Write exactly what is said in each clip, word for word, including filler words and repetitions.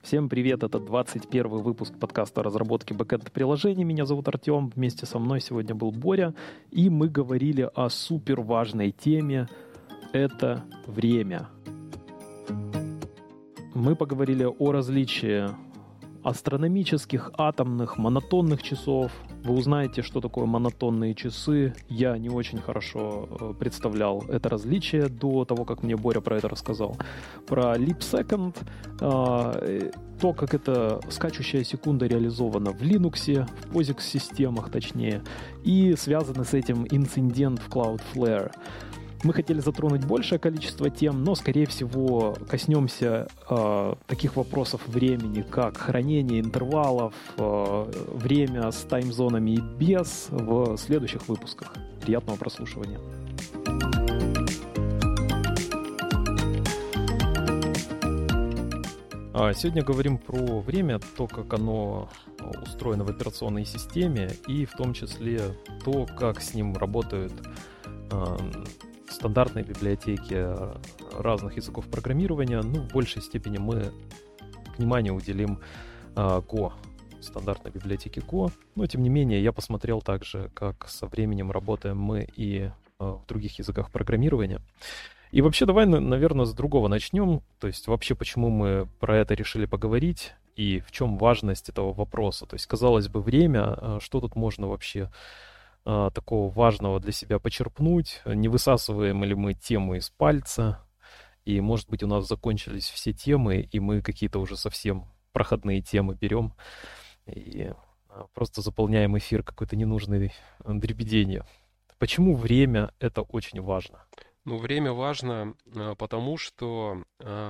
Всем привет, это двадцать первый выпуск подкаста о разработке бэкэнд-приложений. Меня зовут Артем, вместе со мной сегодня был Боря, и мы говорили о супер важной теме – это время. Мы поговорили о различии астрономических, атомных, монотонных часов. Вы узнаете, что такое монотонные часы. Я не очень хорошо представлял это различие до того, как мне Боря про это рассказал. Про Leap Second, то, как эта скачущая секунда реализована в Linux, в POSIX-системах точнее, и связанный с этим инцидент в Cloudflare. Мы хотели затронуть большее количество тем, но, скорее всего, коснемся э, таких вопросов времени, как хранение интервалов, э, время с таймзонами и без в следующих выпусках. Приятного прослушивания. Сегодня говорим про время, то, как оно устроено в операционной системе, и в том числе то, как с ним работают э, стандартные библиотеки разных языков программирования. Ну, в большей степени мы внимание уделим uh, Go, стандартной библиотеке Go. Но, тем не менее, я посмотрел также, как со временем работаем мы и uh, в других языках программирования. И вообще, давай, наверное, с другого начнем. То есть, вообще, почему мы про это решили поговорить и в чем важность этого вопроса. То есть, казалось бы, время, что тут можно вообще такого важного для себя почерпнуть, не высасываем ли мы тему из пальца, и, может быть, у нас закончились все темы, и мы какие-то уже совсем проходные темы берем и просто заполняем эфир какой-то ненужной дребеденью. Почему время — это очень важно? Ну, время важно, потому что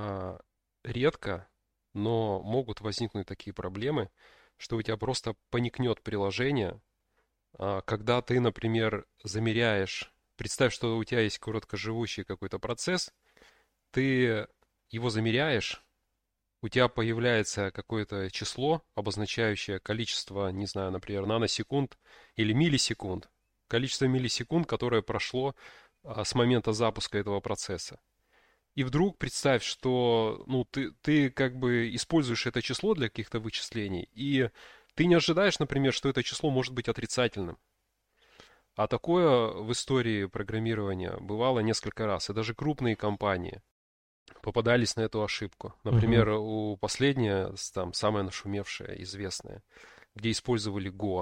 редко, но могут возникнуть такие проблемы, что у тебя просто паникнет приложение, когда ты, например, замеряешь, представь, что у тебя есть короткоживущий какой-то процесс, ты его замеряешь, у тебя появляется какое-то число, обозначающее количество, не знаю, например, наносекунд или миллисекунд, количество миллисекунд, которое прошло с момента запуска этого процесса. И вдруг представь, что ну, ты, ты как бы используешь это число для каких-то вычислений, и ты не ожидаешь, например, что это число может быть отрицательным. А такое в истории программирования бывало несколько раз. И даже крупные компании попадались на эту ошибку. Например, uh-huh. у последняя, там, самая нашумевшая, известная, где использовали Go,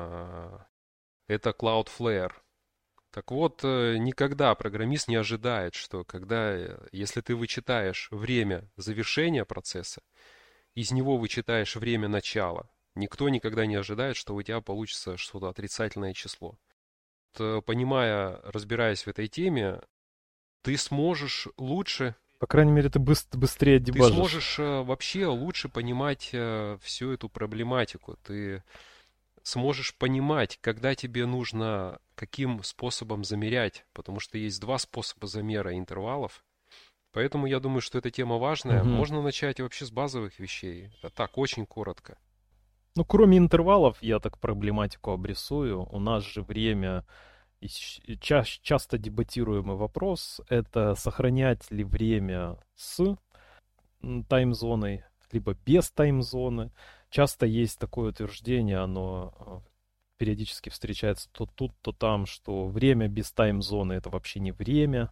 это Cloudflare. Так вот, никогда программист не ожидает, что когда, если ты вычитаешь время завершения процесса, из него вычитаешь время начала, никто никогда не ожидает, что у тебя получится что-то отрицательное число. Понимая, разбираясь в этой теме, ты сможешь лучше... По крайней мере, ты быстрее дебажишь. Ты сможешь вообще лучше понимать всю эту проблематику. Ты сможешь понимать, когда тебе нужно каким способом замерять, потому что есть два способа замера интервалов. Поэтому я думаю, что эта тема важная. Угу. Можно начать вообще с базовых вещей. Так, очень коротко. Ну, кроме интервалов, я так проблематику обрисую. У нас же время, ча- часто дебатируемый вопрос, это сохранять ли время с таймзоной, либо без таймзоны. Часто есть такое утверждение, оно периодически встречается то тут, то там, что время без таймзоны — это вообще не время.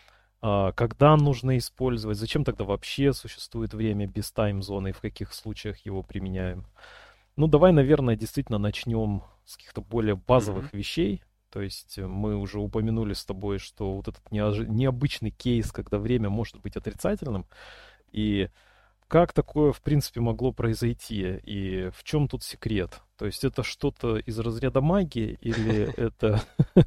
Когда нужно использовать, зачем тогда вообще существует время без таймзоны и в каких случаях его применяем? Ну, давай, наверное, действительно начнем с каких-то более базовых mm-hmm. вещей. То есть мы уже упомянули с тобой, что вот этот неож... необычный кейс, когда время может быть отрицательным. И как такое, в принципе, могло произойти? И в чем тут секрет? То есть это что-то из разряда магии или это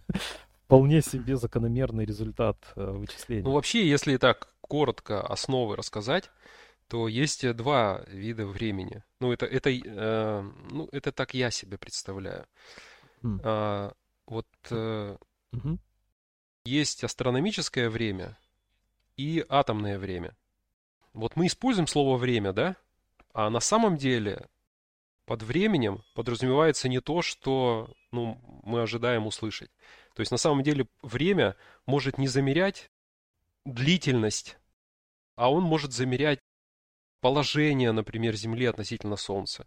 вполне себе закономерный результат вычисления? Ну, вообще, если так коротко основы рассказать, то есть два вида времени. Ну, это, это, э, ну, это так я себе представляю. Mm. А, вот э, mm-hmm. есть астрономическое время и атомное время. Вот мы используем слово «время», да? А на самом деле под временем подразумевается не то, что ну, мы ожидаем услышать. То есть на самом деле время может не замерять длительность, а он может замерять положение, например, Земли относительно Солнца.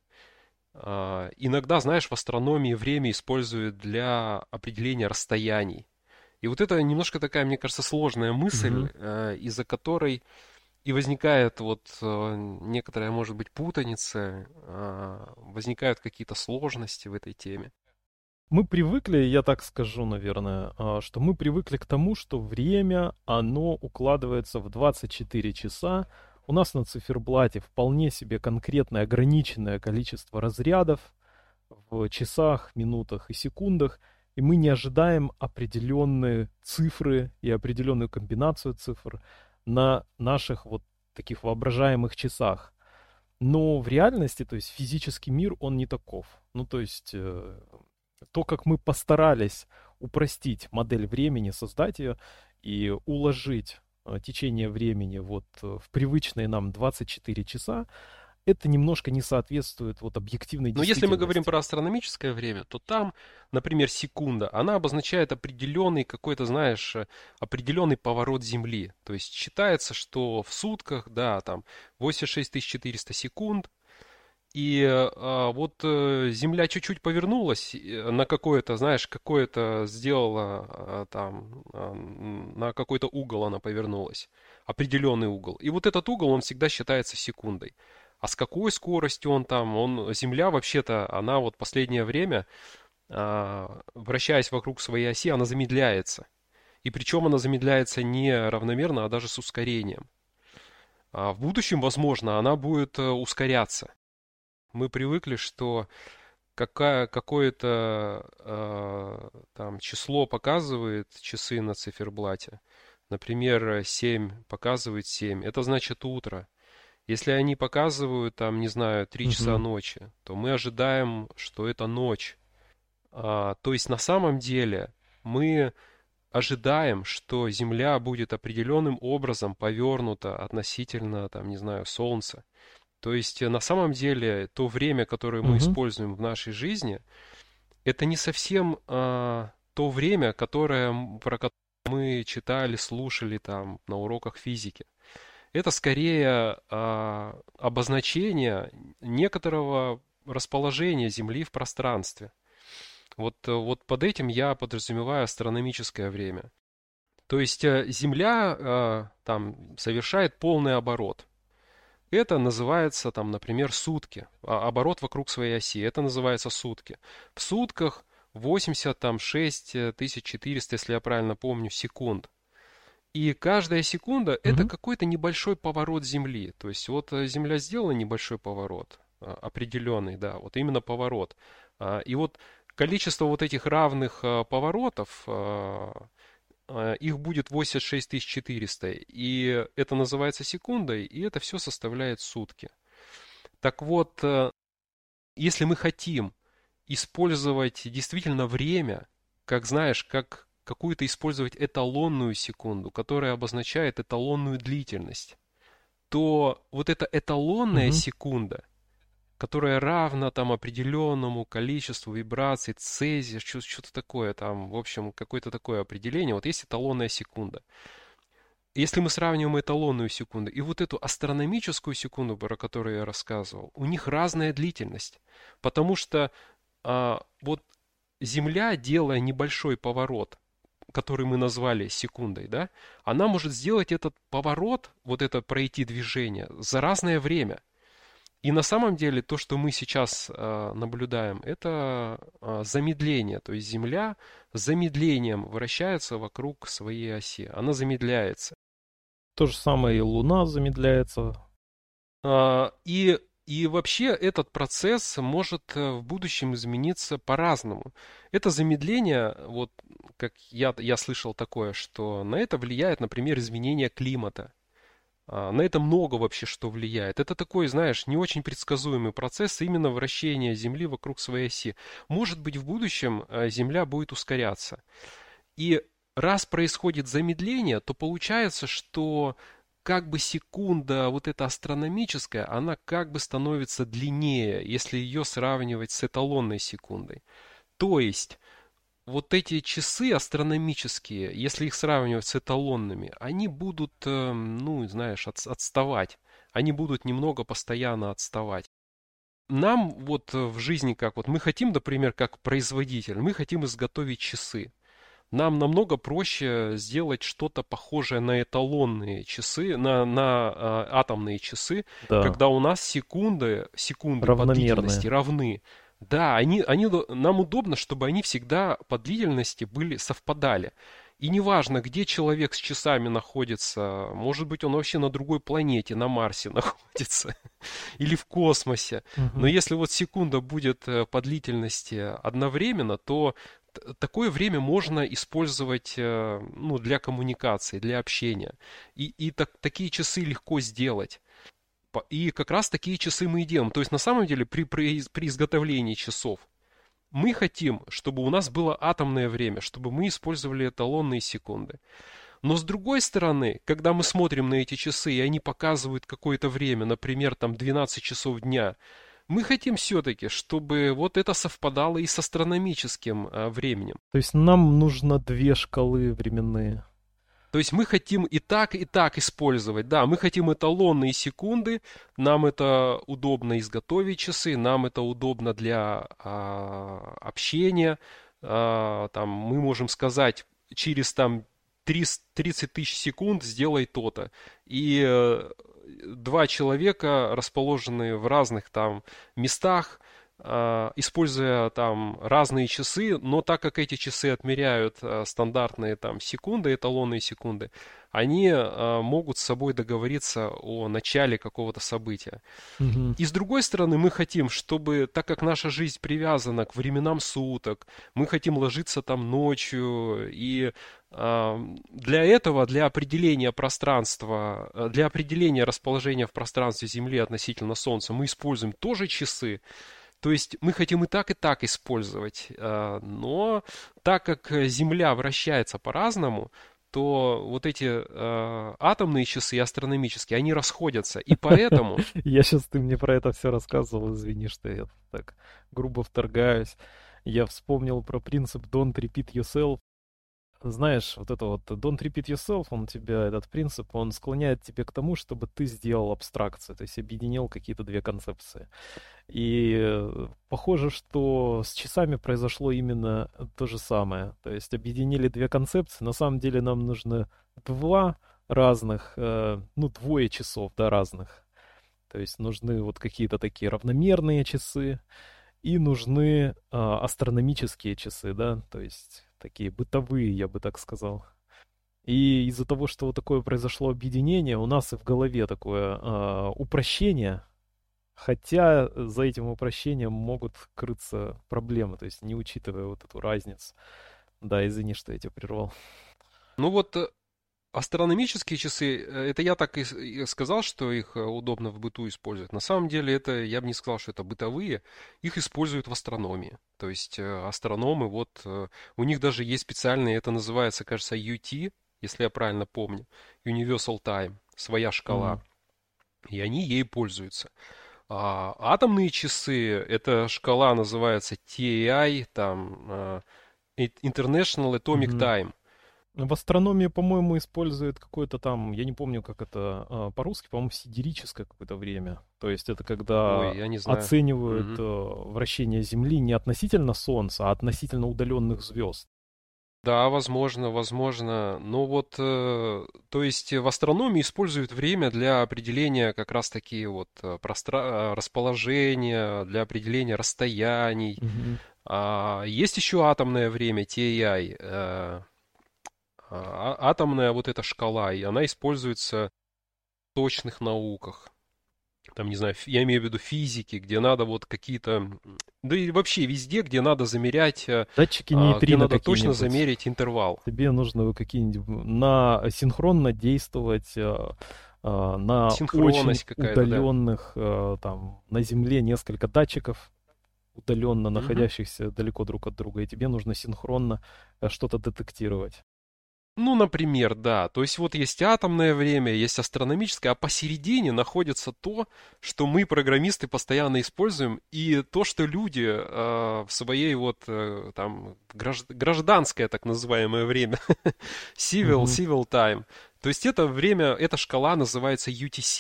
А, Иногда, знаешь, в астрономии время используют для определения расстояний. И вот это немножко такая, мне кажется, сложная мысль, Мгм. э, из-за которой и возникает вот э, некоторая, может быть, путаница, а, возникают какие-то сложности в этой теме. Мы привыкли, я так скажу, наверное, а, что мы привыкли к тому, что время, оно укладывается в двадцать четыре часа. У нас на циферблате вполне себе конкретное ограниченное количество разрядов в часах, минутах и секундах, и мы не ожидаем определенные цифры и определенную комбинацию цифр на наших вот таких воображаемых часах. Но в реальности, то есть физический мир, он не таков. Ну, то есть э, то, как мы постарались упростить модель времени, создать ее и уложить э, течение времени вот э, в привычные нам двадцать четыре часа, это немножко не соответствует вот объективной Но если мы говорим действительности. про астрономическое время, то там, например, секунда, она обозначает определенный какой-то, знаешь, э, определенный поворот Земли. То есть считается, что в сутках, да, там восемьдесят шесть тысяч четыреста секунд, и а, вот э, Земля чуть-чуть повернулась э, на какое-то, знаешь, какое-то сделала а, там, а, м, на какой-то угол она повернулась, определенный угол. И вот этот угол, он всегда считается секундой. А с какой скоростью он там, он, Земля вообще-то, она вот последнее время, а, вращаясь вокруг своей оси, она замедляется. И причем она замедляется не равномерно, а даже с ускорением. А в будущем, возможно, она будет э, ускоряться. Мы привыкли, что какая, какое-то э, там число показывает часы на циферблате. Например, семь показывает семь. Это значит утро. Если они показывают, там, не знаю, три часа Мгм. ночи, то мы ожидаем, что это ночь. А, то есть на самом деле мы ожидаем, что Земля будет определенным образом повернута относительно, там, не знаю, Солнца. То есть э, на самом деле то время, которое мы Мгм. используем в нашей жизни, это не совсем а, то время, которое, м, про которое мы читали, слушали там на уроках физики. Это скорее а, обозначение некоторого расположения Земли в пространстве. Вот, э, вот под этим я подразумеваю астрономическое время. То есть э, Земля а, там совершает полный оборот. Это называется, там, например, сутки. А- Оборот вокруг своей оси. Это называется сутки. В сутках восемьдесят шесть тысяч четыреста, если я правильно помню, секунд. И каждая секунда это Мгм. какой-то небольшой поворот Земли. То есть вот э, Земля сделала небольшой поворот, а, определенный, да, вот именно поворот. А, И вот количество вот этих равных а, поворотов, а, а, их будет восемьдесят шесть тысяч четыреста. И это называется секундой, и это все составляет сутки. Так вот, э, если мы хотим использовать действительно время, как знаешь, как какую-то использовать эталонную секунду, которая обозначает эталонную длительность, то вот эта эталонная Мгм. секунда, которая равна там определенному количеству вибраций, цезия, что- что-то такое там, в общем, какое-то такое определение, вот есть эталонная секунда. Если мы сравниваем эталонную секунду и вот эту астрономическую секунду, про которую я рассказывал, у них разная длительность. Потому что а, вот Земля, делая небольшой поворот, который мы назвали секундой, да, она может сделать этот поворот, вот это пройти движение за разное время. И на самом деле то, что мы сейчас а, наблюдаем, это а, замедление. То есть Земля с замедлением вращается вокруг своей оси. Она замедляется. То же самое и Луна замедляется. А, И, и вообще этот процесс может э, в будущем измениться по-разному. Это замедление, вот как я, я слышал такое, что на это влияет, например, изменение климата. А, На это много вообще что влияет. Это такой, знаешь, не очень предсказуемый процесс именно вращения Земли вокруг своей оси. Может быть, в будущем э, Земля будет ускоряться. И раз происходит замедление, то получается, что как бы секунда вот эта астрономическая, она как бы становится длиннее, если ее сравнивать с эталонной секундой. То есть вот эти часы астрономические, если их сравнивать с эталонными, они будут, э, ну, знаешь, от- отставать. они будут немного постоянно отставать. Нам вот в жизни как вот, мы хотим, например, как производитель, мы хотим изготовить часы. Нам намного проще сделать что-то похожее на эталонные часы, на, на а, атомные часы, Да, когда у нас секунды, секунды по длительности равномерные. равны. Да, они, они, нам удобно, чтобы они всегда по длительности были, совпадали. И неважно, где человек с часами находится, может быть, он вообще на другой планете, на Марсе находится, или в космосе. Но Мгм. если вот секунда будет э, по длительности одновременно, то т- такое время можно использовать э, ну, для коммуникации, для общения. И, и так, такие часы легко сделать. По- И как раз такие часы мы и делаем. То есть на самом деле при, при, при изготовлении часов мы хотим, чтобы у нас было атомное время, чтобы мы использовали эталонные секунды. Но с другой стороны, когда мы смотрим на эти часы, и они показывают какое-то время, например, там двенадцать часов дня, мы хотим все-таки, чтобы вот это совпадало и с астрономическим а, временем. То есть нам нужно две шкалы временные. То есть мы хотим и так, и так использовать. Да, мы хотим эталонные секунды, нам это удобно изготовить часы, нам это удобно для а, общения. А, там мы можем сказать через там тридцать тысяч секунд сделай то-то. И э, два человека, расположенные в разных там местах, а, используя там разные часы, но так как эти часы отмеряют а, стандартные там секунды, эталонные секунды, они а, могут с собой договориться о начале какого-то события. Мгм. И с другой стороны, мы хотим, чтобы, так как наша жизнь привязана к временам суток, мы хотим ложиться там ночью, и а, для этого, для определения пространства, а, для определения расположения в пространстве Земли относительно Солнца, мы используем тоже часы. То есть мы хотим и так, и так использовать, а, но так как э, Земля вращается по-разному, то вот эти а, атомные часы и астрономические, они расходятся. И поэтому, Я сейчас, ты мне про это все рассказывал, извини, что я так грубо вторгаюсь. Я вспомнил про принцип don't repeat yourself. Знаешь, вот это вот don't repeat yourself, он тебя, этот принцип, он склоняет тебя к тому, чтобы ты сделал абстракцию, то есть объединил какие-то две концепции. И э, похоже, что с часами произошло именно то же самое. То есть объединили две концепции. На самом деле нам нужно два разных, э, ну, двое часов, да, разных. То есть нужны вот какие-то такие равномерные часы и нужны а, астрономические часы, да, то есть такие бытовые, я бы так сказал. И из-за того, что вот такое произошло объединение, у нас и в голове такое а, упрощение, хотя за этим упрощением могут крыться проблемы, то есть не учитывая вот эту разницу. Да, извини, что я тебя прервал. ну вот э, астрономические часы, э, это я так и с- и сказал, что их э, удобно в быту использовать. На самом деле это, я бы не сказал, что это бытовые, их используют в астрономии. То есть э, астрономы, вот э, у них даже есть специальные, это называется, кажется, ю ти, если я правильно помню, Universal Time, своя шкала, М, и они ей пользуются. А атомные часы, эта шкала называется ти эй ай, там, э, International Atomic мгм. Time. В астрономии, по-моему, используют какое-то там, я не помню, как это а, по-русски, по-моему, сидерическое какое-то время. То есть это Ой, когда я не знаю. оценивают э, Мгм. вращение Земли не относительно Солнца, а относительно удаленных звезд. Да, возможно, возможно. Но вот, э, то есть в астрономии используют время для определения как раз таки вот э, простра- э, расположения, для определения расстояний. Мгм. А есть еще атомное время, ти эй ай, э, а- атомная вот эта шкала, и она используется в точных науках. Там, не знаю, фи- я имею в виду физики, где надо вот какие-то, м, да и вообще везде, где надо замерять, э, Датчики а, где нейтрино надо точно какие-нибудь. замерить интервал. Тебе нужно какие-нибудь на синхронно действовать э, э, на очень Синхронность какая-то, да. удаленных, э, там, на Земле несколько датчиков, удаленно Мгм. находящихся далеко друг от друга, и тебе нужно синхронно э, что-то детектировать. Ну, например, да. То есть вот есть атомное время, есть астрономическое, а посередине находится то, что мы, программисты, постоянно используем, и то, что люди э, в своей вот э, там гражд- гражданское так называемое время, civil, Мгм. civil time. То есть это время, эта шкала называется ю ти си.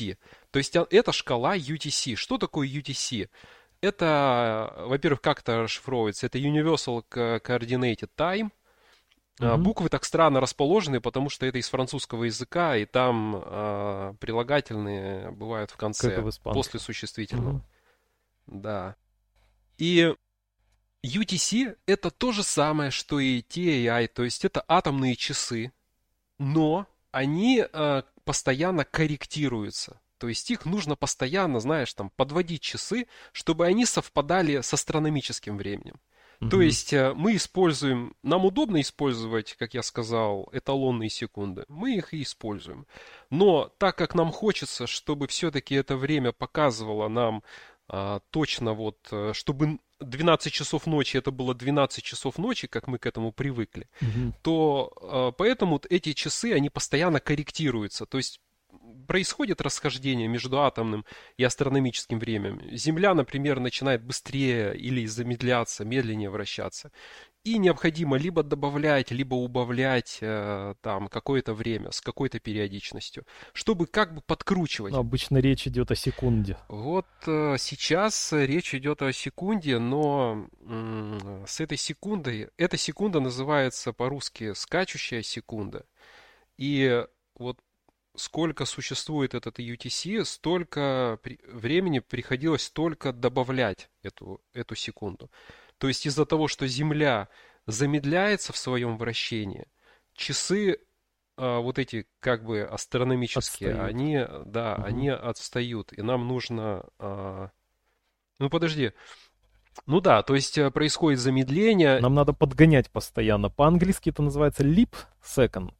То есть а, это шкала ю ти си. Что такое ю ти си? Это, во-первых, как это расшифровывается? Это Universal Coordinated Time. А, Мгм. Буквы так странно расположены, потому что это из французского языка, и там а, прилагательные бывают в Как и конце, в после испанском. существительного. Мгм. Да. И ю ти си это то же самое, что и ти эй ай, то есть это атомные часы, но они э, постоянно корректируются. То есть их нужно постоянно, знаешь, там, подводить часы, чтобы они совпадали с астрономическим временем. То Мгм. есть э, мы используем, нам удобно использовать, как я сказал, эталонные секунды, мы их и используем. Но так как нам хочется, чтобы все-таки это время показывало нам а, точно вот, э, чтобы двенадцать часов ночи это было двенадцать часов ночи, как мы к этому привыкли, Мгм. то э, поэтому вот эти часы, они постоянно корректируются. То есть происходит расхождение между атомным и астрономическим временем. Земля, например, начинает быстрее или замедляться, медленнее вращаться. И необходимо либо добавлять, либо убавлять э, там какое-то время с какой-то периодичностью, чтобы как бы Ну, подкручивать. обычно речь идет о секунде. Вот э, сейчас речь идет о секунде, но м, с этой секундой, эта секунда называется по-русски скачущая секунда. И вот сколько существует этот ю ти си, столько при- времени приходилось только добавлять эту, эту секунду. То есть из-за того, что Земля замедляется в своем вращении, часы а, вот эти как бы астрономические, Отстают. они, да, Мгм. они отстают, и нам нужно... а, Ну подожди, ну да, то есть э, происходит замедление. Нам надо подгонять постоянно. По-английски это называется leap second.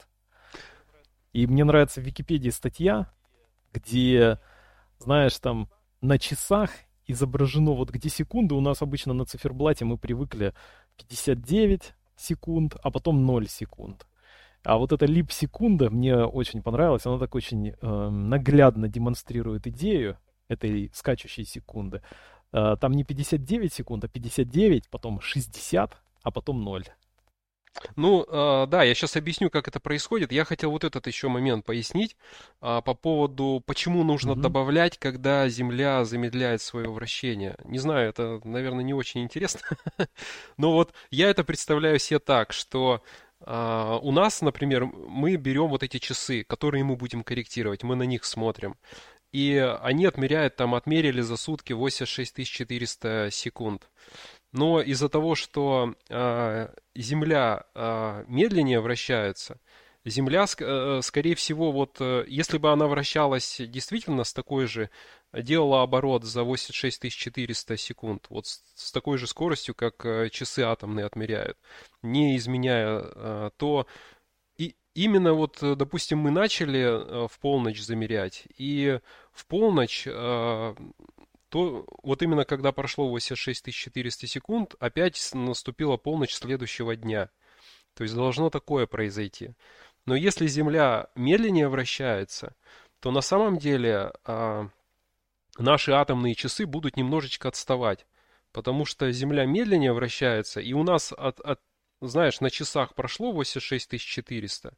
И мне нравится в Википедии статья, где, знаешь, там на часах изображено, вот где секунды, у нас обычно на циферблате мы привыкли пятьдесят девять секунд, а потом ноль секунд. А вот эта лип-секунда мне очень понравилась, она так очень э, наглядно демонстрирует идею этой скачущей секунды. Э, там не пятьдесят девять секунд, а пятьдесят девять, потом шестьдесят, а потом ноль. Ну, а, да, я сейчас объясню, как это происходит. Я хотел вот этот еще момент пояснить а, по поводу, почему нужно Мгм. добавлять, когда Земля замедляет свое вращение. Не знаю, это, наверное, не очень интересно. Но вот я это представляю себе так, что а, у нас, например, мы берем вот эти часы, которые мы будем корректировать, мы на них смотрим. И они отмеряют, там, отмерили за сутки восемьдесят шесть тысяч четыреста секунд. Но из-за того, что а, Земля а, медленнее вращается, Земля, ск- э, скорее всего, вот э, если бы она вращалась действительно с такой же, делала оборот за восемьдесят шесть тысяч четыреста секунд, вот с, с такой же скоростью, как э, часы атомные отмеряют, не изменяя, э, то и именно вот, э, допустим, мы начали э, в полночь замерять, и в полночь э, то вот именно когда прошло восемьдесят шесть тысяч четыреста секунд, опять с- наступила полночь следующего дня. То есть должно такое произойти. Но если Земля медленнее вращается, то на самом деле а, наши атомные часы будут немножечко отставать. Потому что Земля медленнее вращается, и у нас, от, от- знаешь, на часах прошло восемьдесят шесть тысяч четыреста,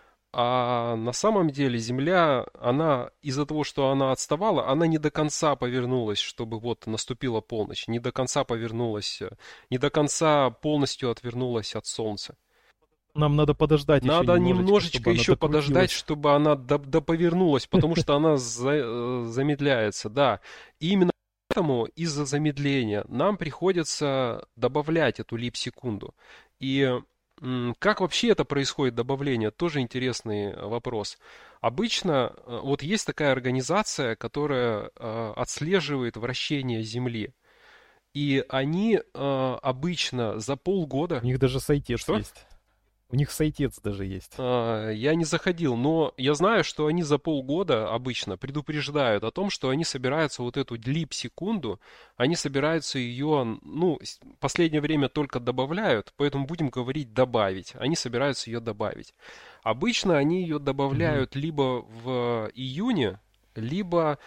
а на самом деле Земля, она из-за того, что она отставала, она не до конца повернулась, чтобы вот наступила полночь, не до конца повернулась, э, не до конца полностью отвернулась от Солнца. Нам надо подождать еще Надо немножечко, немножечко чтобы она еще подождать, докрутилась. чтобы она до- доповернулась, потому что она за- э, замедляется, да. И именно поэтому из-за замедления нам приходится добавлять эту лип-секунду. И м, как вообще это происходит, добавление, тоже интересный э, вопрос. Обычно э, вот есть такая организация, которая э, отслеживает вращение Земли. И они э, обычно за У полгода... них даже сайтец Что? есть. У них сайтец даже есть. А, Я не заходил, но я знаю, что они за полгода обычно предупреждают о том, что они собираются вот эту лип-секунду, они собираются ее, ну, с- последнее время только добавляют, поэтому будем говорить добавить. Они собираются ее добавить. Обычно они ее Мгм. добавляют либо в июне, либо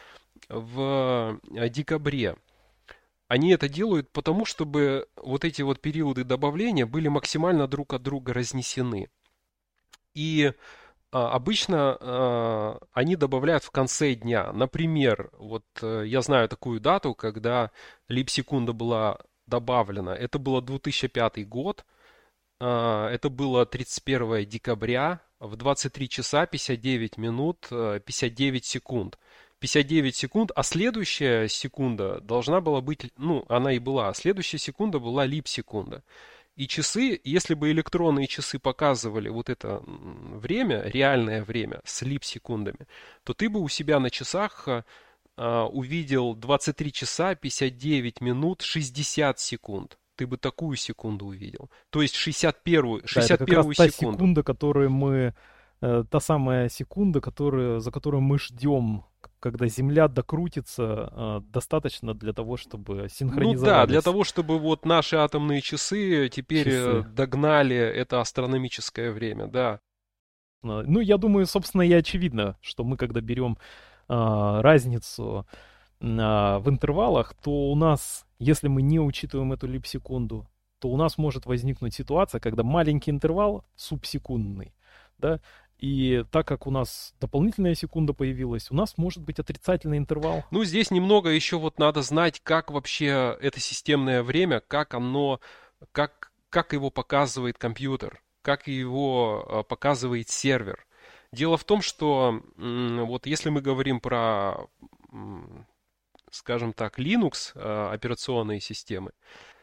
в э, декабре. Они это делают потому, чтобы вот эти вот периоды добавления были максимально друг от друга разнесены. И А, Обычно а, они добавляют в конце дня. Например, вот э, я знаю такую дату, когда лип-секунда была добавлена. Это было две тысячи пятый год. А, Это было тридцать первого декабря в двадцать три часа пятьдесят девять минут э, пятьдесят девять секунд. пятьдесят девять секунд, а следующая секунда должна была быть, ну, она и была, а следующая секунда была лип-секунда. И часы, если бы электронные часы показывали вот это м, время, реальное время с лип-секундами, то ты бы у себя на часах а, а, увидел двадцать три часа пятьдесят девять минут шестьдесят секунд. Ты бы такую секунду увидел. То есть шестьдесят первую, Да, это шестьдесят как раз первую та секунду. секунда, которую мы, э, та самая секунда, которую, за которую мы ждем, к- когда Земля докрутится, э, достаточно для того, чтобы Ну да, для синхронизовались того, чтобы вот наши атомные часы теперь э, часы. догнали это астрономическое время, да. А, Ну, я думаю, собственно, и очевидно, что мы, когда берем а, разницу а, в интервалах, то у нас, если мы не учитываем эту лип-секунду, то у нас может возникнуть ситуация, когда маленький интервал, субсекундный, да, и так как у нас дополнительная секунда появилась, у нас может быть отрицательный интервал. Ну, здесь немного еще вот надо знать, как вообще это системное время, как оно, как, как его показывает компьютер, как его э, показывает сервер. Дело в том, что м, вот если мы говорим про, м, скажем так, Linux, э, операционные системы,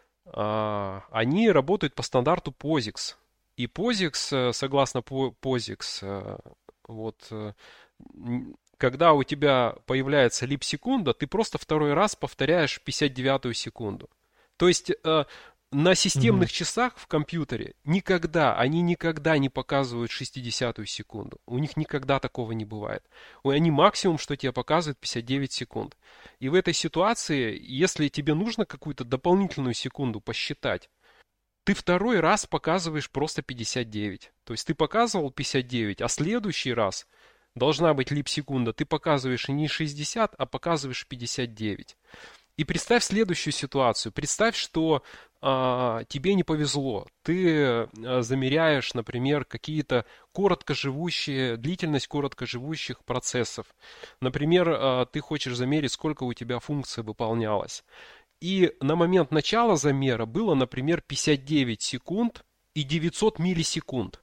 а, они работают по стандарту позикс. И позикс, э, согласно по- позикс, э, вот, э, н- когда у тебя появляется лип-секунда, ты просто второй раз повторяешь пятьдесят девятую секунду. То есть э, на Мгм. системных часах в компьютере никогда, они никогда не показывают шестидесятую секунду. У них никогда такого не бывает. У- Они максимум, что тебе показывают, пятьдесят девять секунд. И в этой ситуации, если тебе нужно какую-то дополнительную секунду посчитать, ты второй раз показываешь просто пятьдесят девять. То есть ты показывал пятьдесят девять, а следующий раз должна быть лип-секунда. Ты показываешь не шестьдесят, а показываешь пятьдесят девять. И представь следующую ситуацию. Представь, что а, тебе не повезло. Ты а, замеряешь, например, какие-то короткоживущие, длительность короткоживущих процессов. Например, а, ты хочешь замерить, сколько у тебя функций выполнялось. И на момент начала замера было, например, пятьдесят девять секунд и девятьсот миллисекунд.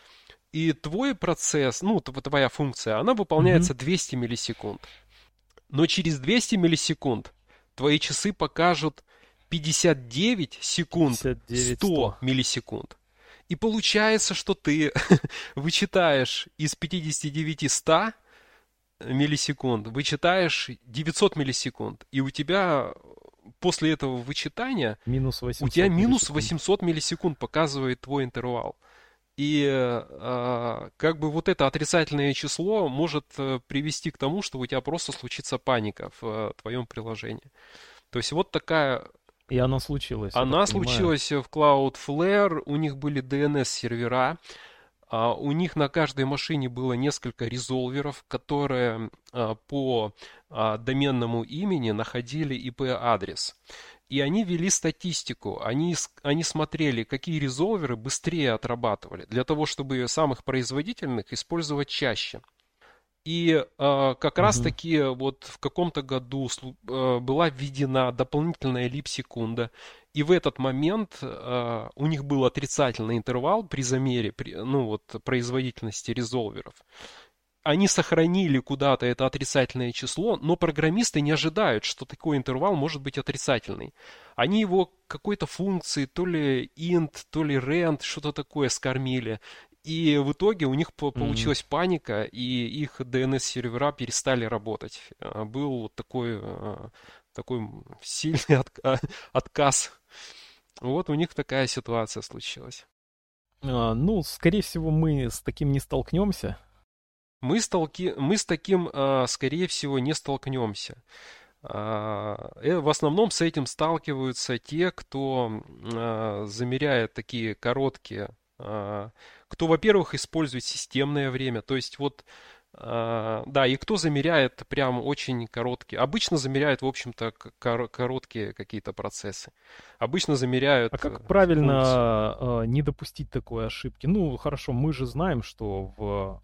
И твой процесс, ну, тв- твоя функция, она Мгм. выполняется двести миллисекунд. Но через двести миллисекунд твои часы покажут пятьдесят девять секунд пятьдесят девять сто сто. миллисекунд. И получается, что ты вычитаешь из пятидесяти девяти ста миллисекунд, вычитаешь девятьсот миллисекунд. И у тебя после этого вычитания Минус у тебя восемьсот минус миллисекунд. восемьсот миллисекунд показывает твой интервал. И э, как бы вот это отрицательное число может э, привести к тому, что у тебя просто случится паника в э, твоем приложении. То есть вот такая... И оно случилось, я так Она понимаю. случилась в Cloudflare, у них были ди эн эс-сервера, а, у них на каждой машине было несколько резолверов, которые а, по а, доменному имени находили ай пи-адрес. И они вели статистику, они, с- они смотрели, какие резолверы быстрее отрабатывали, для того, чтобы самых производительных использовать чаще. И э, как Мгм. раз-таки вот в каком-то году слу- э, была введена дополнительная лип-секунда, и в этот момент э, у них был отрицательный интервал при замере, при- ну вот, производительности резолверов. Они сохранили куда-то это отрицательное число, но программисты не ожидают, что такой интервал может быть отрицательный. Они его какой-то функции, то ли int, то ли rand, что-то такое скормили. И в итоге у них по- М. получилась паника, и их ди эн эс-сервера перестали работать. А, Был вот такой, а, такой сильный отка- отказ. Вот у них такая ситуация случилась. А, ну, скорее всего, мы с таким не столкнемся. Мы, столки... мы с таким, а, скорее всего, не столкнемся. А, э, В основном с этим сталкиваются те, кто а, замеряет такие короткие, а, кто, во-первых, использует системное время. То есть вот А, да, и кто замеряет прям очень короткие. Обычно замеряют, в общем-то, к- кор- короткие какие-то процессы. Обычно А замеряют э, как функцию. правильно э, не допустить такой ошибки? Ну, хорошо, мы же знаем, что в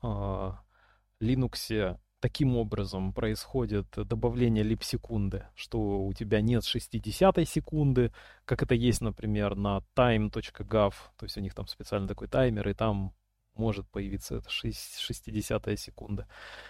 э, Linux таким образом происходит добавление лип-секунды, что у тебя нет шестидесятой секунды, как это есть, например, на time.gov, то есть у них там специально такой таймер, и там может появиться эта шесть- шестидесятая секунда.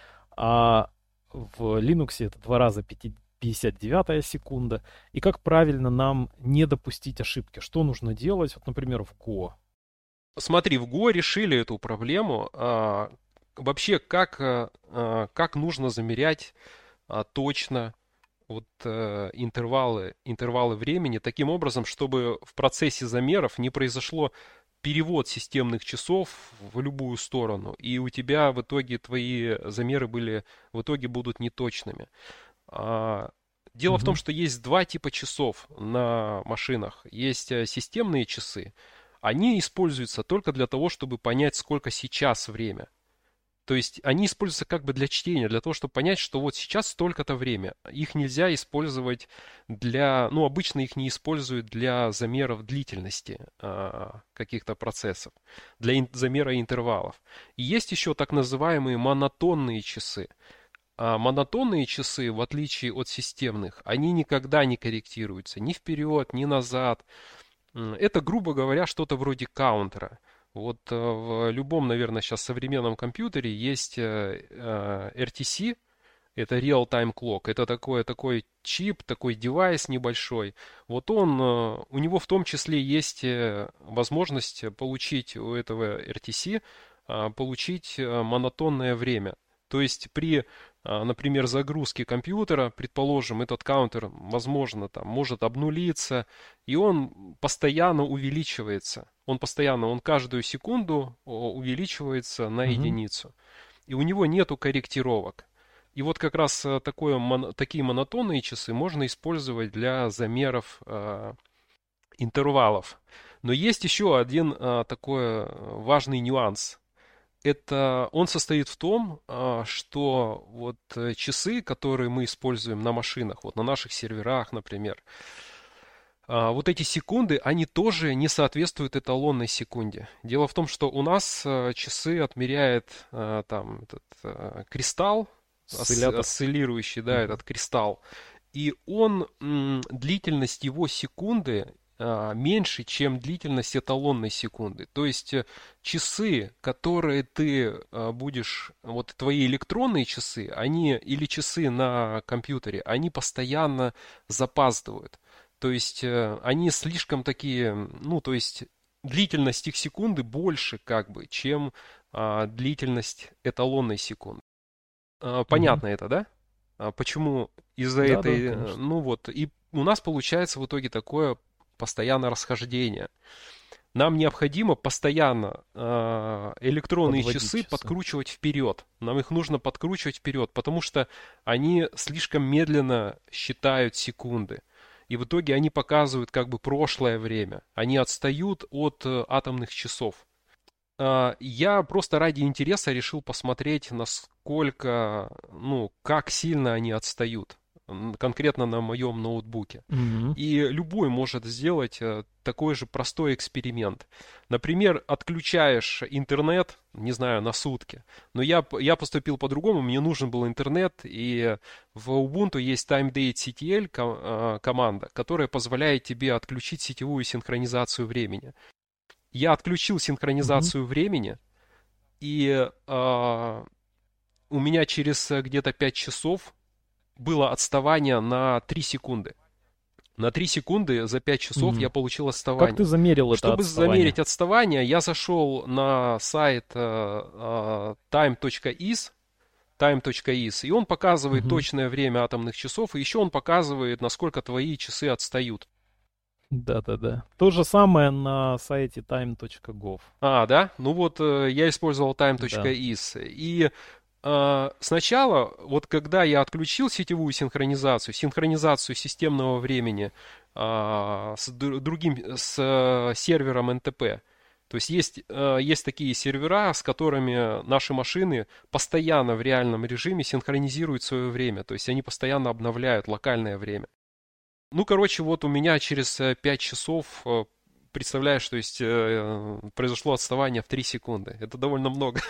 А в Linux это два раза пяти- пятьдесят девятая секунда. И как правильно нам не допустить ошибки? Что нужно делать, вот, например, в Go? Смотри, в Go решили эту проблему. А, вообще, как, а, а, как нужно замерять а, точно вот э, интервалы, интервалы времени таким образом, чтобы в процессе замеров не произошло перевод системных часов в любую сторону, и у тебя в итоге твои замеры были, в итоге будут неточными. А, Дело в том, Мгм. что есть два типа часов на машинах. Есть э, системные часы. Они используются только для того, чтобы понять, сколько сейчас время. То есть они используются как бы для чтения, для того, чтобы понять, что вот сейчас столько-то время. Их нельзя использовать для, ну, обычно их не используют для замеров длительности а, каких-то процессов, для ин- замера интервалов. И есть еще так называемые монотонные часы. А монотонные часы, в отличие от системных, они никогда не корректируются ни вперед, ни назад. М, Это, грубо говоря, что-то вроде каунтера. Вот э, в любом, наверное, сейчас современном компьютере есть э, э, эр ти си, это Real Time Clock. Это такой, такой чип, такой девайс небольшой. Вот он, э, у него в том числе есть э, возможность получить у этого эр ти си, э, получить э, монотонное время. То есть при, э, например, загрузке компьютера, предположим, этот каунтер, возможно, там может обнулиться, и он постоянно увеличивается. Он постоянно, он каждую секунду о, увеличивается на Мгм. единицу. И у него нету корректировок. И вот как раз э, такое, мон- такие монотонные часы можно использовать для замеров э, интервалов. Но есть еще один э, такой э, важный нюанс. Это он состоит в том, а, что вот э, часы, которые мы используем на машинах, вот на наших серверах, например, а, вот эти секунды, они тоже не соответствуют эталонной секунде. Дело в том, что у нас э, часы отмеряет э, там этот э, кристалл, ос- Осциллятор. осциллирующий, да, Мгм. этот кристалл, и он, м, длительность его секунды а, меньше, чем длительность эталонной секунды. То есть э, часы, которые ты а, будешь, вот твои электронные часы, они или часы на компьютере, они постоянно запаздывают. То есть э, они слишком такие, ну, то есть длительность их секунды больше, как бы, чем а, длительность эталонной секунды. А, Мгм. понятно это, да? А почему из-за Да, да, этой, э, конечно. ну вот, и у нас получается в итоге такое постоянное расхождение. Нам необходимо постоянно а, электронные Подводить часы часы. подкручивать вперед. Нам их нужно подкручивать вперед, потому что они слишком медленно считают секунды. И в итоге они показывают как бы прошлое время. Они отстают от э, атомных часов. А, Я просто ради интереса решил посмотреть, насколько, ну, как сильно они отстают, м, конкретно на моем ноутбуке. Мгм. И любой может сделать э, такой же простой эксперимент. Например, отключаешь интернет, не знаю, на сутки. Но я, п- я поступил по-другому, мне нужен был интернет, и в Ubuntu есть TimeDate-си ти эл ко- э, команда, которая позволяет тебе отключить сетевую синхронизацию времени. Я отключил Мгм. синхронизацию времени, и а, у меня через э, где-то пять часов было отставание на три секунды. На три секунды за пять часов я М. получил А как ты отставание. замерил это Чтобы отставание? замерить отставание, я зашел на сайт э, э, time.is, time.is, и он показывает Мгм. точное время атомных часов, и еще он показывает, насколько твои часы отстают. Да-да-да. То же самое на сайте time.gov. А, да? Ну вот э, я использовал Да. time.is. И э, сначала, вот когда я отключил сетевую синхронизацию, синхронизацию системного времени а, с дру- другим, с э, сервером эн тэ пэ, То есть есть, э, есть такие сервера, с которыми наши машины постоянно в реальном режиме синхронизируют свое время. То есть они постоянно обновляют локальное время. Ну, короче, вот у меня через э, пять часов, э, представляешь, то есть э, произошло отставание в три секунды. Это довольно много.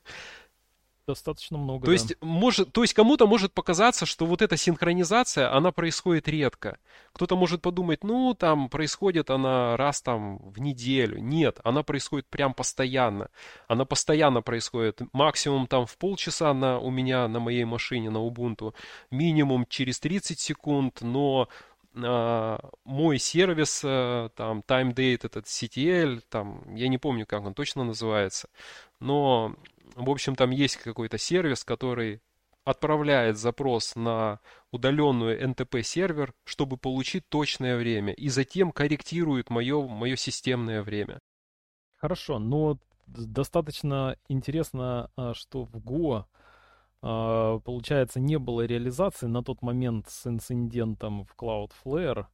Достаточно много, То да. есть, может, то есть кому-то может показаться, что вот эта синхронизация, она происходит редко. Кто-то может подумать, ну, там происходит она раз там в неделю. Нет, она происходит прям постоянно. Она постоянно происходит. Максимум там в полчаса на, у меня на моей машине, на Ubuntu. Минимум через тридцать секунд, но а, мой сервис, а, там, TimeDate, этот си ти эл, там, я не помню, как он точно называется, но в общем, там есть какой-то сервис, который отправляет запрос на удаленную эн тэ пэ-сервер, чтобы получить точное время, и затем корректирует мое, мое системное время. Хорошо, но достаточно интересно, а, что в Go, а, получается, не было реализации на тот момент с инцидентом в Cloudflare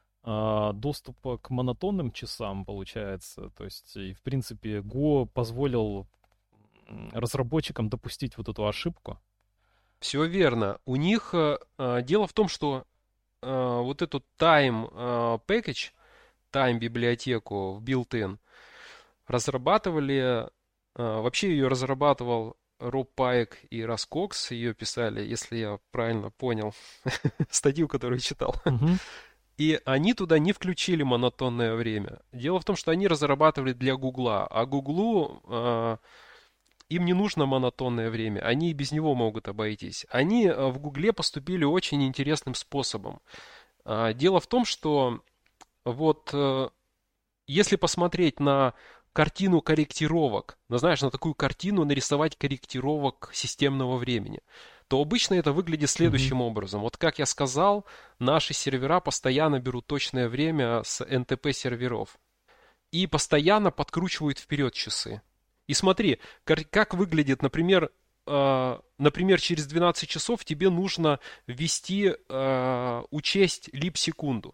а, доступа к монотонным часам, получается. То есть, и в принципе, Go позволил м, разработчикам допустить вот эту ошибку. Все верно. У них э, э, дело в том, что э, вот эту time э, package, time библиотеку в built-in разрабатывали, э, вообще ее разрабатывал Роб Пайк и Рас Кокс, ее писали, если я правильно понял статью, которую читал. Мгм. И они туда не включили монотонное время. Дело в том, что они разрабатывали для Гугла, а Гуглу э, им не нужно монотонное время, они и без него могут обойтись. Они э, в Гугле поступили очень интересным способом. А, дело в том, что вот э, если посмотреть на картину корректировок, ну, знаешь, на такую картину нарисовать корректировок системного времени, то обычно это выглядит Мгм. следующим образом. Вот как я сказал, наши сервера постоянно берут точное время с эн тэ пэ-серверов и постоянно подкручивают вперед часы. И смотри, кар- как выглядит, например, э, например, через двенадцать часов тебе нужно ввести, э, учесть лип-секунду.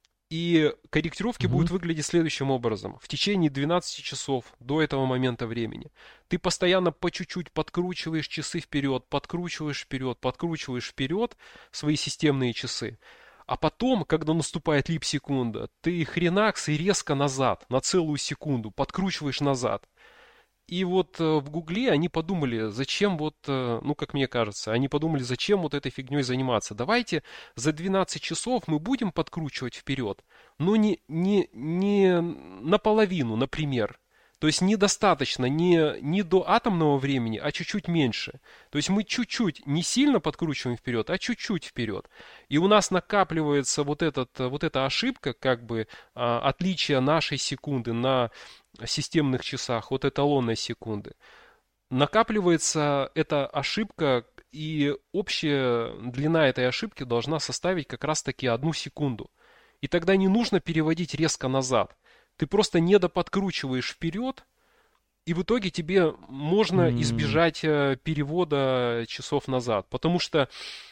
И корректировки Мгм. будут выглядеть следующим образом. В течение двенадцати часов до этого момента времени ты постоянно по чуть-чуть подкручиваешь часы вперед, подкручиваешь вперед, подкручиваешь вперед свои системные часы. А потом, когда наступает лип-секунда, ты хренакс и резко назад, на целую секунду, подкручиваешь назад. И вот э, в Гугле они подумали, зачем вот, э, ну, как мне кажется, они подумали, зачем вот этой фигней заниматься. Давайте за двенадцать часов мы будем подкручивать вперед, но не, не, не наполовину, например. То есть недостаточно не, не до атомного времени, а чуть-чуть меньше. То есть мы чуть-чуть, не сильно подкручиваем вперед, а чуть-чуть вперед. И у нас накапливается вот, этот, вот эта ошибка, как бы а, отличие нашей секунды на системных часах от эталонной секунды. Накапливается эта ошибка, и общая длина этой ошибки должна составить как раз-таки одну секунду. И тогда не нужно переводить резко назад. Ты просто недоподкручиваешь вперед, и в итоге тебе можно М, избежать э, перевода часов назад. Потому что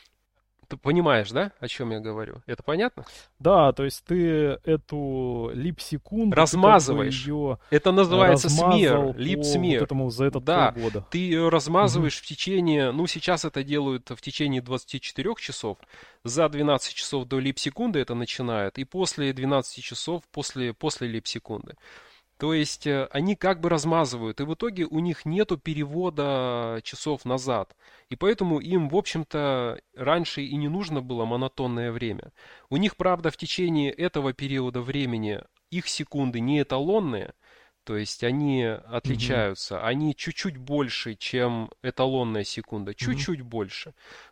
ты понимаешь, да, о чем я говорю? Это понятно? Да, то есть ты эту лип-секунду, ты как бы Размазываешь. ее Это называется смер, размазал по вот лип-смер. этому за этот Да, полгода. ты ее Мгм. размазываешь в течение, ну сейчас это делают в течение двадцати четырёх часов, за двенадцать часов до лип-секунды это начинают, и после двенадцати часов после, после лип-секунды. То есть э, они как бы размазывают, и в итоге у них нету перевода часов назад. И поэтому им, в общем-то, раньше и не нужно было монотонное время. У них, правда, в течение этого периода времени их секунды не эталонные, то есть они Мгм. отличаются, они чуть-чуть больше, чем эталонная секунда, Мгм. чуть-чуть больше.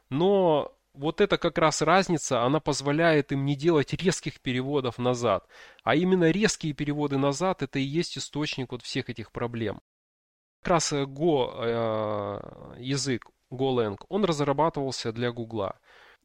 Но вот эта как раз разница, она позволяет им не делать резких переводов назад. А именно резкие переводы назад это и есть источник вот всех этих проблем. Как раз э, Go э, язык, Golang, он разрабатывался для Гугла.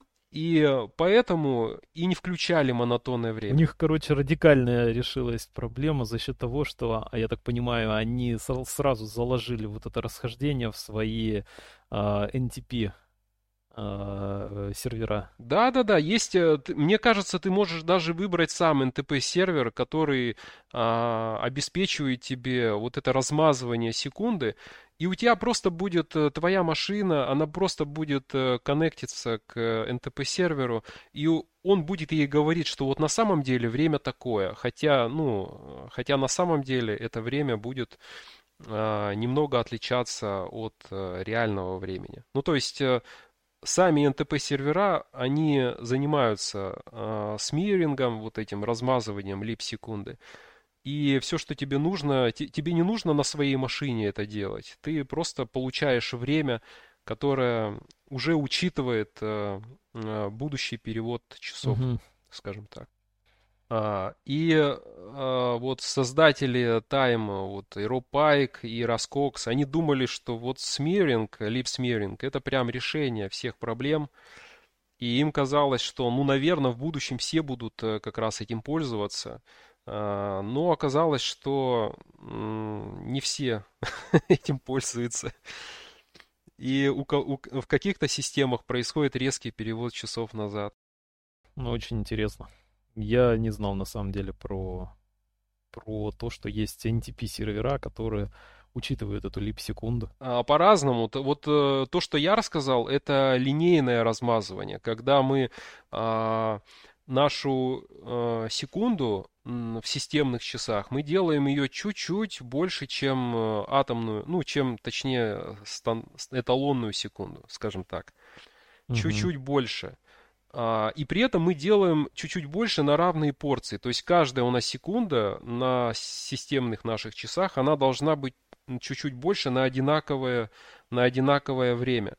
И э, поэтому и не включали монотонное У время. них, короче, радикальная решилась проблема за счет того, что, а я так понимаю, они сра- сразу заложили вот это расхождение в свои а, эн ти пи э, сервера. Да-да-да, есть, э, т- мне кажется, ты можешь даже выбрать сам эн тэ пэ-сервер, который а, обеспечивает тебе вот это размазывание секунды, и у тебя просто будет э, твоя машина, она просто будет э, коннектиться к эн тэ пэ-серверу, и у- он будет ей говорить, что вот на самом деле время такое, хотя, ну, э, хотя на самом деле это время будет а, немного отличаться от э, реального времени. Ну, то есть э, сами эн тэ пэ-сервера, они занимаются э, смирингом, вот этим размазыванием лип-секунды. И все, что тебе нужно, те- тебе не нужно на своей машине это делать. Ты просто получаешь время, которое уже учитывает э, э, будущий перевод часов, Мгм. скажем так. А, и а, вот создатели тайма, вот и Роб Пайк, и Раскокс, они думали, что вот смиринг, лип-смиринг, это прям решение всех проблем. И им казалось, что, ну, наверное, в будущем все будут э, как раз этим пользоваться. А, Но оказалось, что м, не все этим пользуются. И у ко- у- в каких-то системах происходит резкий перевод часов назад. Ну, очень интересно. Я не знал на самом деле про, про то, что есть эн ти пи-сервера, которые учитывают эту лип-секунду. А, По-разному. Т- Вот э, то, что я рассказал, это линейное размазывание, когда мы а, нашу э, секунду м, в системных часах, мы делаем ее чуть-чуть больше, чем э, атомную, ну, чем, точнее, стан- с- эталонную секунду, скажем так. Мгм. Чуть-чуть больше. А, И при этом мы делаем чуть-чуть больше на равные порции. То есть каждая у нас секунда на системных наших часах, она должна быть чуть-чуть больше на одинаковое, на одинаковое время.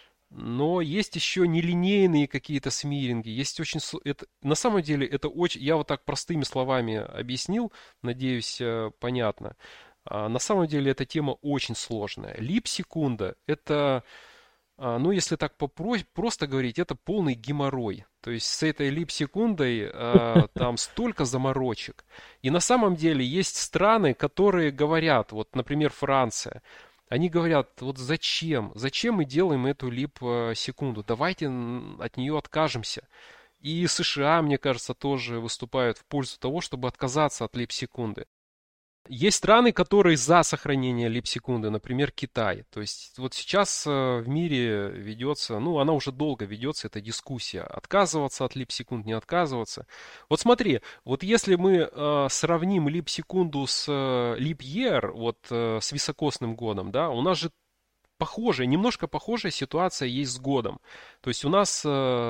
Но есть еще нелинейные какие-то смиринги. Есть очень... сл- Это, на самом деле это очень... Я вот так простыми словами объяснил, надеюсь, э, понятно. А на самом деле эта тема очень сложная. Лип-секунда — это а, ну, если так попро- просто говорить, это полный геморрой. То есть с этой лип-секундой а, там столько заморочек. И на самом деле есть страны, которые говорят, вот, например, Франция, они говорят, вот зачем, зачем мы делаем эту лип-секунду, давайте м, от нее откажемся. И США, мне кажется, тоже выступают в пользу того, чтобы отказаться от лип-секунды. Есть страны, которые за сохранение лип-секунды, например, Китай. То есть вот сейчас э, в мире ведется, ну, она уже долго ведется, эта дискуссия, отказываться от лип-секунд, не отказываться. Вот смотри, вот если мы э, сравним лип-секунду с э, leap-year, вот э, с високосным годом, да, у нас же похожая, немножко похожая ситуация есть с годом. То есть у нас э,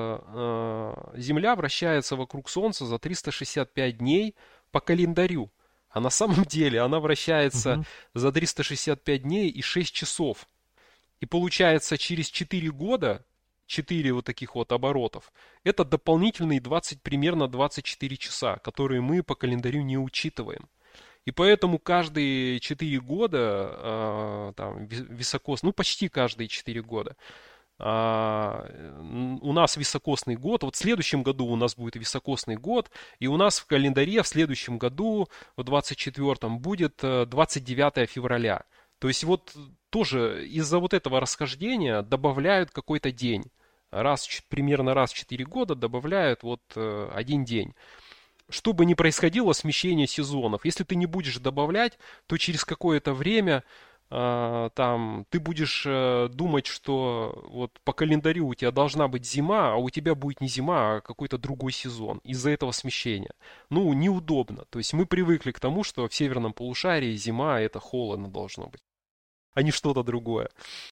э, Земля вращается вокруг Солнца за триста шестьдесят пять дней по календарю. А на самом деле она вращается Мгм. за триста шестьдесят пять дней и шесть часов. И получается через четыре года, четыре вот таких вот оборотов, это дополнительные двадцать, примерно двадцать четыре часа, которые мы по календарю не учитываем. И поэтому каждые четыре года, а, там, ви- високос, ну почти каждые четыре года, а, н- у нас високосный год. Вот в следующем году у нас будет високосный год, и у нас в календаре в следующем году, в двадцать четвёртом, будет э, двадцать девятое февраля. То есть вот тоже из-за вот этого расхождения добавляют какой-то день. Раз, ч- примерно раз в четыре года добавляют вот э, один день. Что бы ни происходило, смещение сезонов. Если ты не будешь добавлять, то через какое-то время а, там ты будешь э, думать, что вот по календарю у тебя должна быть зима, а у тебя будет не зима, а какой-то другой сезон из-за этого смещения. Ну, неудобно. То есть мы привыкли к тому, что в северном полушарии зима — это холодно должно быть, а не что-то другое.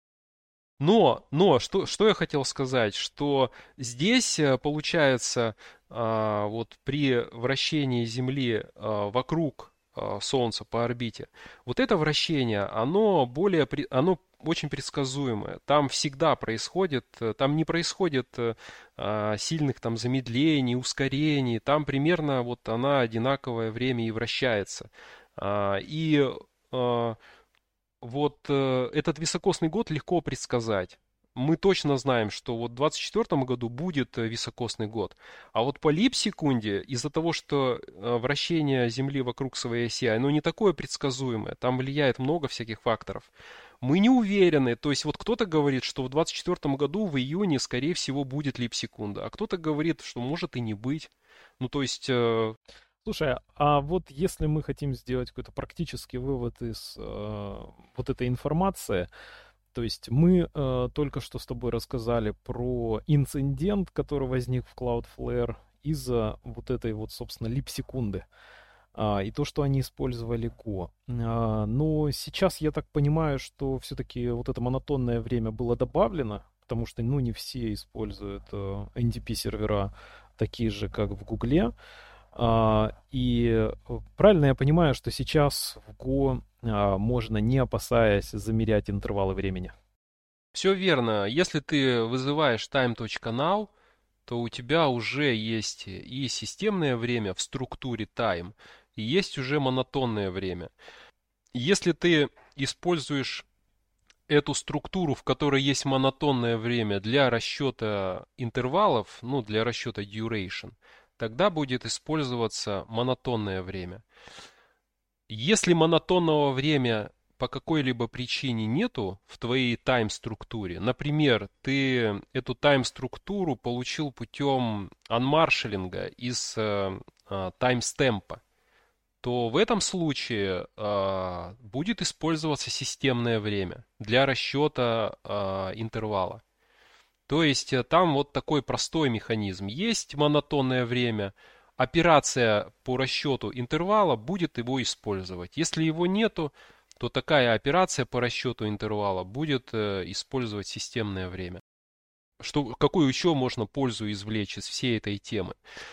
Но, но, что, что я хотел сказать, что здесь э, получается, а, вот при вращении Земли а, вокруг а, Солнца по орбите, вот это вращение, оно более, при- оно очень предсказуемое. Там всегда происходит, э, там не происходит э, а, сильных там замедлений, ускорений, там примерно вот она одинаковое время и вращается. А, И а, вот э, этот високосный год легко предсказать. Мы точно знаем, что вот в двадцать четвёртом году будет э, високосный год. А вот по лип-секунде, из-за того, что э, вращение Земли вокруг своей оси, оно не такое предсказуемое, там влияет много всяких факторов. Мы не уверены. То есть вот кто-то говорит, что в двадцать четвёртом году в июне, скорее всего, будет лип-секунда, а кто-то говорит, что может и не быть. Ну, то есть... Э... Слушай, а вот если мы хотим сделать какой-то практический вывод из э, вот этой информации, то есть мы э, только что с тобой рассказали про инцидент, который возник в Cloudflare из-за вот этой вот, собственно, лип-секунды. А, и то, что они использовали Go. А, но сейчас я так понимаю, что все-таки вот это монотонное время было добавлено, потому что, ну, не все используют э, эн ди пи-сервера такие же, как в Гугле. А, и правильно я понимаю, что сейчас в Go а, можно, не опасаясь, замерять интервалы времени? Все верно. Если ты вызываешь time.now, то у тебя уже есть и системное время в структуре time, и есть уже монотонное время. Если ты используешь эту структуру, в которой есть монотонное время для расчета интервалов, ну, для расчета duration, тогда будет использоваться монотонное время. Если монотонного времени по какой-либо причине нету в твоей тайм-структуре, например, ты эту тайм-структуру получил путем анмаршалинга из э, э, таймстемпа, то в этом случае э, будет использоваться системное время для расчета э, интервала. То есть э, там вот такой простой механизм. Есть монотонное время, операция по расчету интервала будет его использовать. Если его нету, то такая операция по расчету интервала будет э, использовать системное время. Что, какую еще можно пользу извлечь из всей этой темы?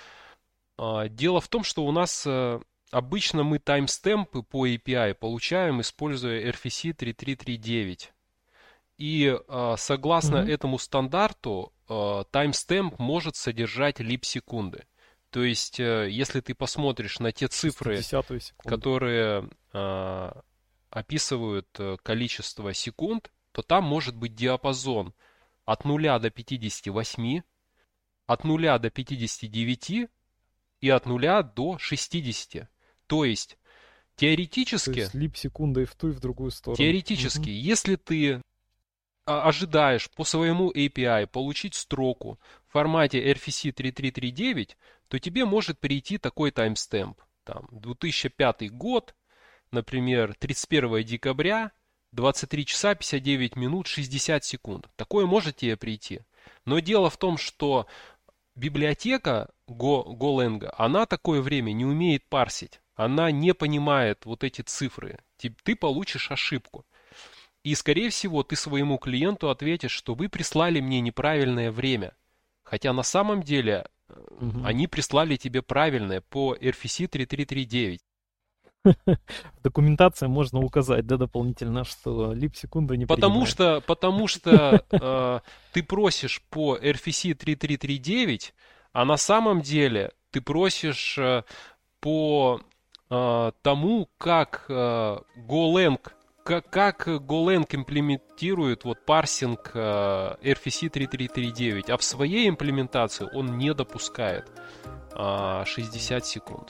А, дело в том, что у нас э, обычно мы таймстемпы по эй пи ай получаем, используя эр эф си три три три девять. И э, согласно mm-hmm. этому стандарту, э, таймстемп может содержать лип-секунды. То есть, э, если ты посмотришь на те цифры, которые... Э, описывают количество секунд, то там может быть диапазон от нуля до пятидесяти восьми, от нуля до пятидесяти девяти и от нуля до шестидесяти. То есть теоретически... То есть лип-секунда и в ту, и в другую сторону. Теоретически, угу. если ты ожидаешь по своему эй пи ай получить строку в формате эр эф си три три три девять, то тебе может прийти такой таймстемп. Там, две тысячи пятый год, например, тридцать первого декабря, двадцать три часа пятьдесят девять минут шестьдесят секунд. Такое может тебе прийти. Но дело в том, что библиотека Go, Golang, она такое время не умеет парсить. Она не понимает вот эти цифры. Ты, ты получишь ошибку. И, скорее всего, ты своему клиенту ответишь, что вы прислали мне неправильное время. Хотя на самом деле угу. они прислали тебе правильное по эр эф си три три три девять. В документации можно указать, да, дополнительно, что лип-секунда не потому принимает. что, потому что э, ты просишь по эр эф си три три три девять, а на самом деле ты просишь э, по э, тому, как э, Golang, как, как Golang имплементирует вот парсинг э, эр эф си три три три девять, а в своей имплементации он не допускает э, шестьдесят секунд.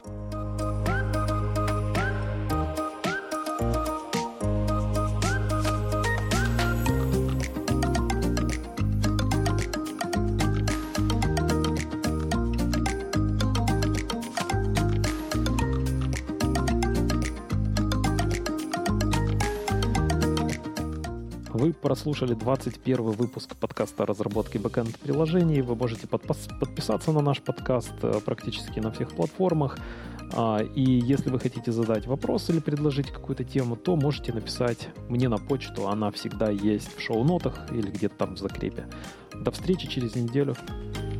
Вы прослушали двадцать первый выпуск подкаста о разработке бэкэнд-приложений. Вы можете подпис- подписаться на наш подкаст практически на всех платформах. И если вы хотите задать вопрос или предложить какую-то тему, то можете написать мне на почту. Она всегда есть в шоу-нотах или где-то там в закрепе. До встречи через неделю.